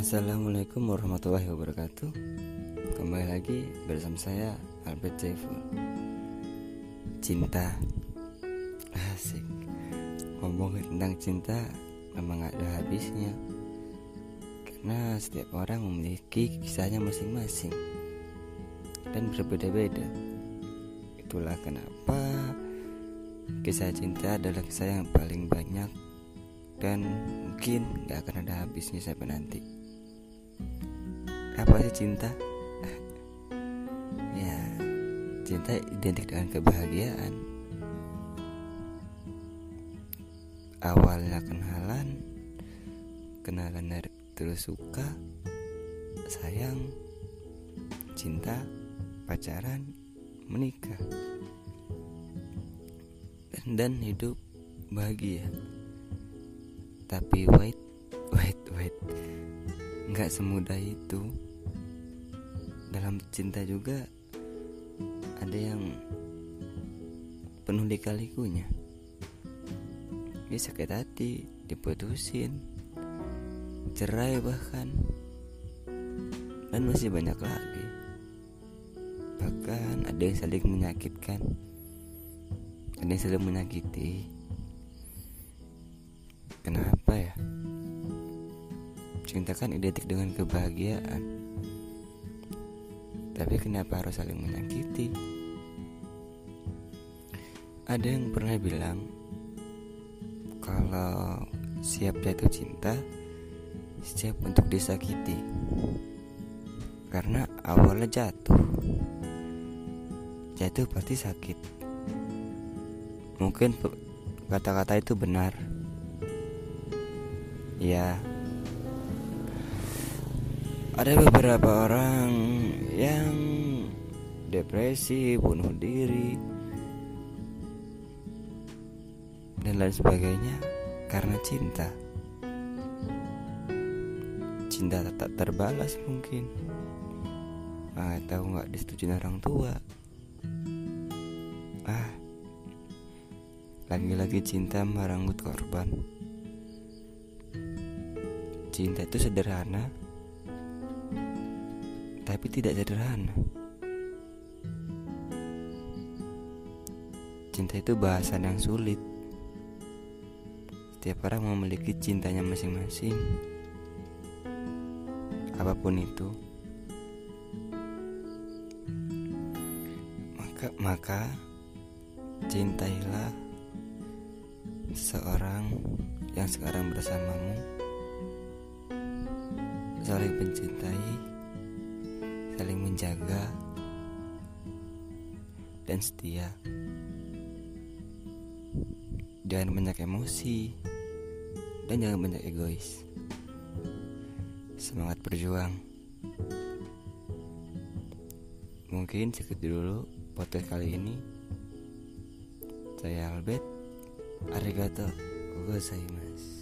Assalamualaikum warahmatullahi wabarakatuh. Kembali lagi bersama saya Albert Jaiful. Cinta, asik. Ngomongin tentang cinta memang gak ada habisnya, karena setiap orang memiliki kisahnya masing-masing dan berbeda-beda. Itulah kenapa kisah cinta adalah kisah yang paling banyak dan mungkin gak akan ada habisnya sampai nanti. Apa sih cinta? Ya, cinta identik dengan kebahagiaan. Awalnya kenalan dari terus suka, sayang, cinta, pacaran, menikah, dan hidup bahagia. Tapi wait, nggak semudah itu. Dalam cinta juga ada yang penuh lika-likunya. Dia sakit hati, diputusin, cerai bahkan, dan masih banyak lagi. Bahkan ada yang saling menyakitkan, ada yang saling menyakiti. Kenapa ya? Cinta kan identik dengan kebahagiaan, tapi kenapa harus saling menyakiti? Ada yang pernah bilang kalau siap jatuh cinta, siap untuk disakiti. Karena awalnya jatuh pasti sakit. Mungkin kata-kata itu benar. Ya, ada beberapa orang yang depresi, bunuh diri, dan lain sebagainya karena cinta. Cinta tak terbalas mungkin, atau gak disetujui orang tua. Lagi-lagi cinta merenggut korban. Cinta itu sederhana, tapi tidak sederhana. Cinta itu bahasan yang sulit. Setiap orang memiliki cintanya masing-masing, apapun itu. Maka cintailah seseorang yang sekarang bersamamu, saling mencintai, saling menjaga, dan setia. Jangan banyak emosi, dan jangan banyak egois. Semangat berjuang. Mungkin segitu dulu podcast kali ini. Saya Albert. Arigato gozaimasu.